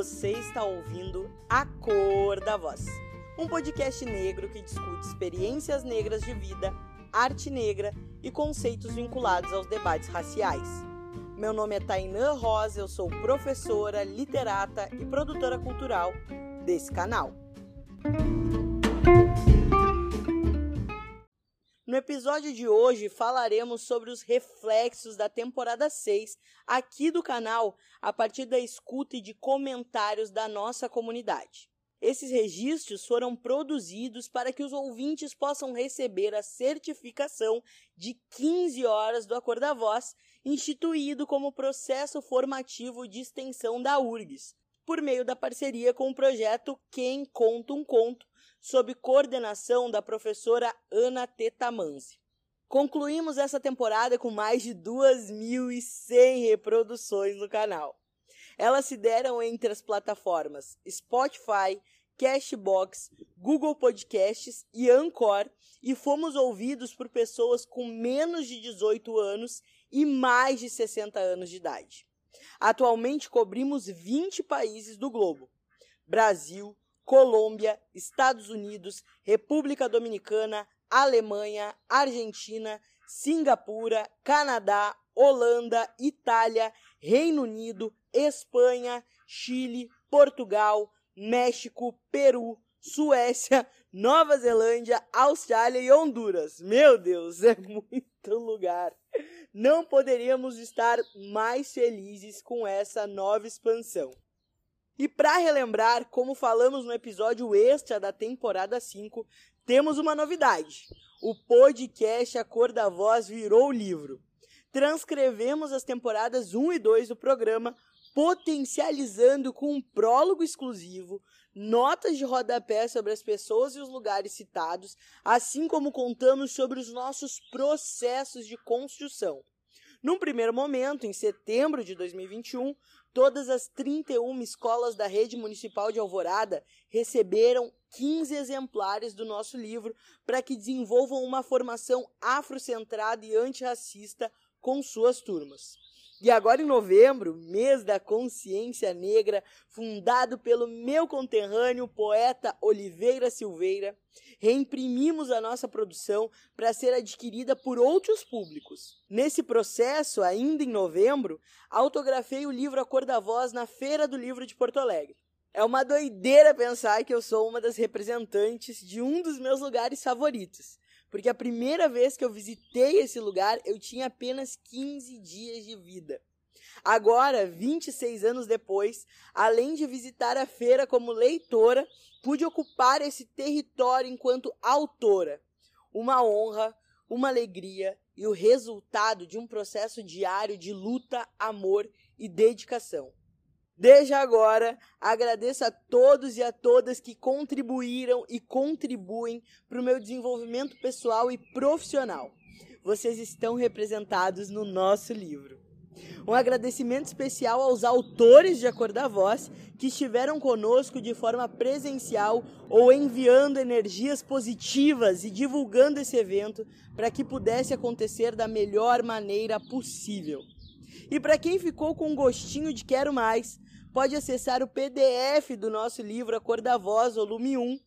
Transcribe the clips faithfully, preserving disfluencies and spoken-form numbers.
Você está ouvindo A Cor da Voz, um podcast negro que discute experiências negras de vida, arte negra e conceitos vinculados aos debates raciais. Meu nome é Tainã Rosa, eu sou professora, literata e produtora cultural desse canal. No episódio de hoje falaremos sobre os reflexos da temporada seis aqui do canal a partir da escuta e de comentários da nossa comunidade. Esses registros foram produzidos para que os ouvintes possam receber a certificação de quinze horas do A Cor da Voz, instituído como processo formativo de extensão da U R G S, por meio da parceria com o projeto Quem Conta um Conto, sob coordenação da professora Ana T. Tamanzi. Concluímos essa temporada com mais de duas mil e cem reproduções no canal. Elas se deram entre as plataformas Spotify, Cashbox, Google Podcasts e Anchor e fomos ouvidos por pessoas com menos de dezoito anos e mais de sessenta anos de idade. Atualmente cobrimos vinte países do globo: Brasil, Colômbia, Estados Unidos, República Dominicana, Alemanha, Argentina, Singapura, Canadá, Holanda, Itália, Reino Unido, Espanha, Chile, Portugal, México, Peru, Suécia, Nova Zelândia, Austrália e Honduras. Meu Deus, é muito lugar. Não poderíamos estar mais felizes com essa nova expansão. E para relembrar, como falamos no episódio extra da temporada cinco, temos uma novidade. O podcast A Cor da Voz virou livro. Transcrevemos as temporadas um e dois do programa, potencializando com um prólogo exclusivo, notas de rodapé sobre as pessoas e os lugares citados, assim como contamos sobre os nossos processos de construção. Num primeiro momento, em setembro de dois mil e vinte e um, todas as trinta e uma escolas da rede municipal de Alvorada receberam quinze exemplares do nosso livro para que desenvolvam uma formação afrocentrada e antirracista com suas turmas. E agora em novembro, mês da consciência negra, fundado pelo meu conterrâneo poeta Oliveira Silveira, reimprimimos a nossa produção para ser adquirida por outros públicos. Nesse processo, ainda em novembro, autografei o livro A Cor da Voz na Feira do Livro de Porto Alegre. É uma doideira pensar que eu sou uma das representantes de um dos meus lugares favoritos, porque a primeira vez que eu visitei esse lugar, eu tinha apenas quinze dias de vida. Agora, vinte e seis anos depois, além de visitar a feira como leitora, pude ocupar esse território enquanto autora. Uma honra, uma alegria e o resultado de um processo diário de luta, amor e dedicação. Desde agora, agradeço a todos e a todas que contribuíram e contribuem para o meu desenvolvimento pessoal e profissional. Vocês estão representados no nosso livro. Um agradecimento especial aos autores de A Cor da Voz que estiveram conosco de forma presencial ou enviando energias positivas e divulgando esse evento para que pudesse acontecer da melhor maneira possível. E para quem ficou com um gostinho de quero mais, pode acessar o P D F do nosso livro A Cor da Voz, volume um,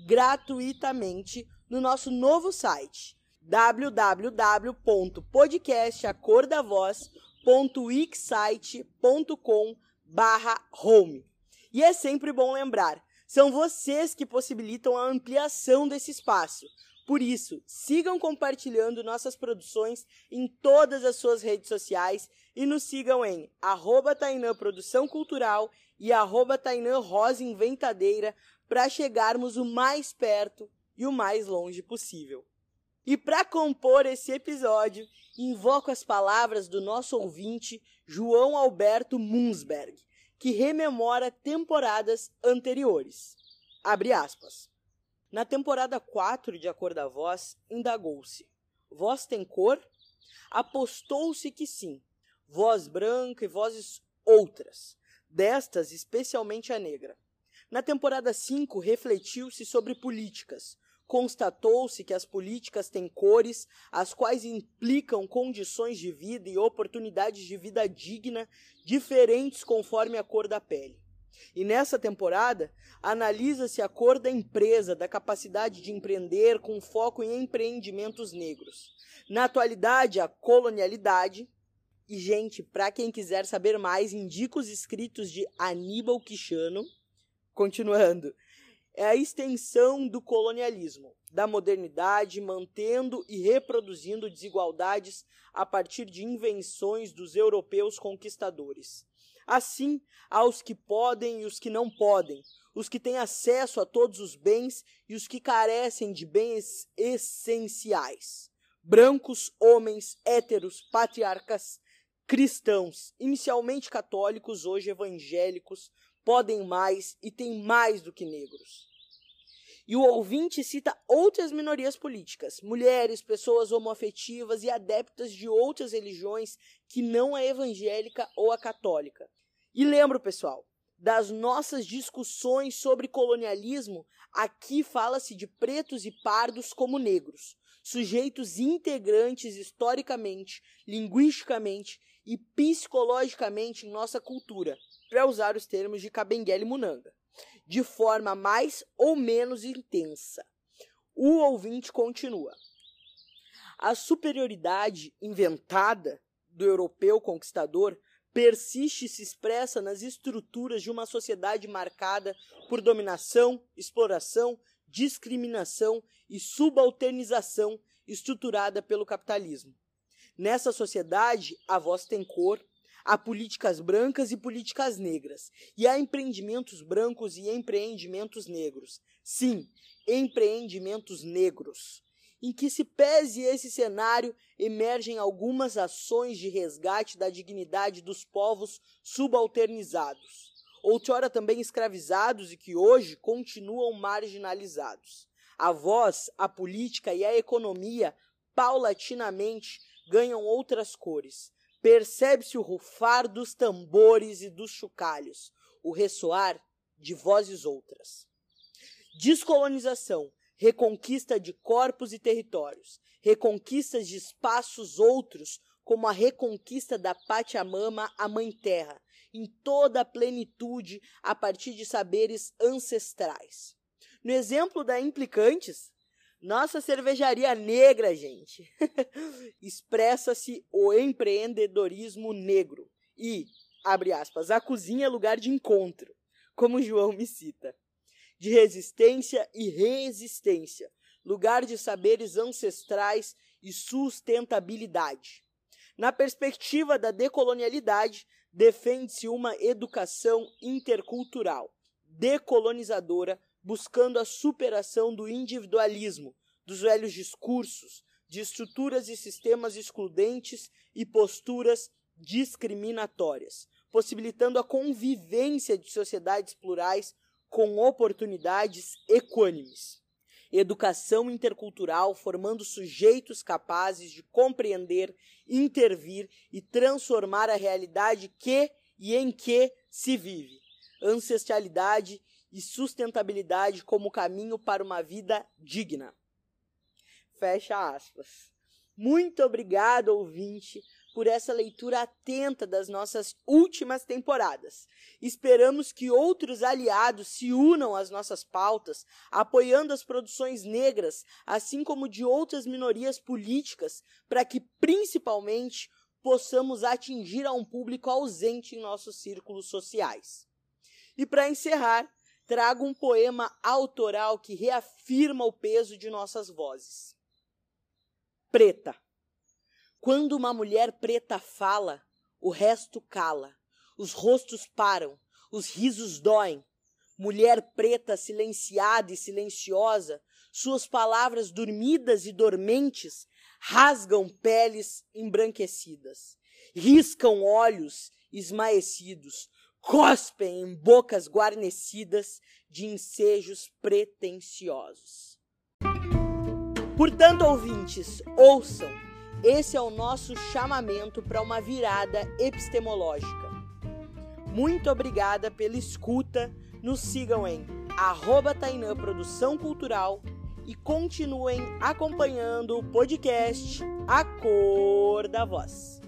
gratuitamente no nosso novo site, w w w ponto podcast a cor da voz ponto wixsite ponto com barra home. E é sempre bom lembrar, são vocês que possibilitam a ampliação desse espaço. Por isso, sigam compartilhando nossas produções em todas as suas redes sociais e nos sigam em arroba Tainã Produção Cultural e arroba Tainã Rosa Inventadeira para chegarmos o mais perto e o mais longe possível. E para compor esse episódio, invoco as palavras do nosso ouvinte João Alberto Munsberg, que rememora temporadas anteriores. Abre aspas. Na temporada quatro de A Cor da Voz, indagou-se: voz tem cor? Apostou-se que sim. Voz branca e vozes outras, destas especialmente a negra. Na temporada cinco, refletiu-se sobre políticas. Constatou-se que as políticas têm cores, as quais implicam condições de vida e oportunidades de vida digna, diferentes conforme a cor da pele. E nessa temporada, analisa-se a cor da empresa, da capacidade de empreender com foco em empreendimentos negros. Na atualidade, a colonialidade. E, gente, para quem quiser saber mais, indica os escritos de Aníbal Quixano. Continuando, é a extensão do colonialismo, da modernidade, mantendo e reproduzindo desigualdades a partir de invenções dos europeus conquistadores. Assim, há os que podem e os que não podem, os que têm acesso a todos os bens e os que carecem de bens essenciais. Brancos, homens, héteros, patriarcas, cristãos, inicialmente católicos, hoje evangélicos, podem mais e têm mais do que negros. E o ouvinte cita outras minorias políticas, mulheres, pessoas homoafetivas e adeptas de outras religiões que não a evangélica ou a católica. E lembro, pessoal, das nossas discussões sobre colonialismo, aqui fala-se de pretos e pardos como negros, sujeitos integrantes historicamente, linguisticamente e psicologicamente em nossa cultura, para usar os termos de Kabengele Munanga, de forma mais ou menos intensa. O ouvinte continua. A superioridade inventada do europeu conquistador persiste e se expressa nas estruturas de uma sociedade marcada por dominação, exploração, discriminação e subalternização estruturada pelo capitalismo. Nessa sociedade, a voz tem cor, há políticas brancas e políticas negras, e há empreendimentos brancos e empreendimentos negros. Sim, empreendimentos negros. Em que se pese esse cenário, emergem algumas ações de resgate da dignidade dos povos subalternizados, outrora também escravizados e que hoje continuam marginalizados. A voz, a política e a economia, paulatinamente, ganham outras cores. Percebe-se o rufar dos tambores e dos chocalhos, o ressoar de vozes outras. Descolonização, reconquista de corpos e territórios, reconquistas de espaços outros, como a reconquista da Pachamama, a Mãe Terra, em toda a plenitude a partir de saberes ancestrais. No exemplo da Implicantes, nossa cervejaria negra, gente, expressa-se o empreendedorismo negro e, abre aspas, a cozinha é lugar de encontro, como João me cita, de resistência e resistência, lugar de saberes ancestrais e sustentabilidade. Na perspectiva da decolonialidade, defende-se uma educação intercultural, decolonizadora, buscando a superação do individualismo, dos velhos discursos, de estruturas e sistemas excludentes e posturas discriminatórias, possibilitando a convivência de sociedades plurais com oportunidades equânimes. Educação intercultural formando sujeitos capazes de compreender, intervir e transformar a realidade que e em que se vive. Ancestralidade e sustentabilidade como caminho para uma vida digna. Fecha aspas. Muito obrigado, ouvinte, por essa leitura atenta das nossas últimas temporadas. Esperamos que outros aliados se unam às nossas pautas, apoiando as produções negras, assim como de outras minorias políticas, para que, principalmente, possamos atingir a um público ausente em nossos círculos sociais. E para encerrar, trago um poema autoral que reafirma o peso de nossas vozes. Preta. Quando uma mulher preta fala, o resto cala. Os rostos param, os risos doem. Mulher preta silenciada e silenciosa, suas palavras dormidas e dormentes rasgam peles embranquecidas, riscam olhos esmaecidos, cospem em bocas guarnecidas de ensejos pretensiosos. Portanto, ouvintes, ouçam, esse é o nosso chamamento para uma virada epistemológica. Muito obrigada pela escuta, nos sigam em arroba Tainã Produção Cultural e continuem acompanhando o podcast A Cor da Voz.